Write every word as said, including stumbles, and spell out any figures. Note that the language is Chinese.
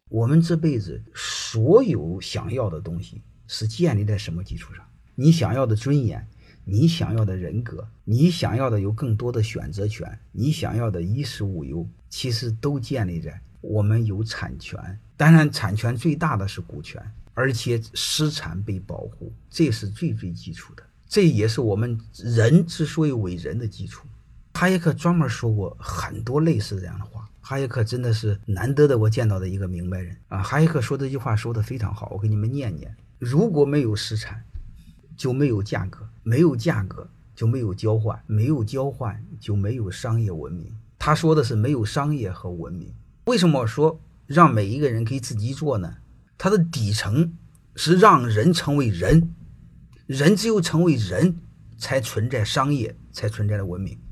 我们这辈子所有想要的东西是建立在什么基础上？你想要的尊严，你想要的人格，你想要的有更多的选择权，你想要的衣食无忧，其实都建立在我们有产权。当然产权最大的是股权，而且私产被保护，这是最最基础的，这也是我们人之所以为人的基础。哈耶克专门说过很多类似这样的话，哈耶克真的是难得的我见到的一个明白人啊！哈耶克说这句话说得非常好，我给你们念念：如果没有私产，就没有价格，没有价格就没有交换，没有交换就没有商业文明。他说的是没有商业和文明。为什么说让每一个人可以自己做呢？它的底层是让人成为人，人只有成为人才存在商业，才存在的文明。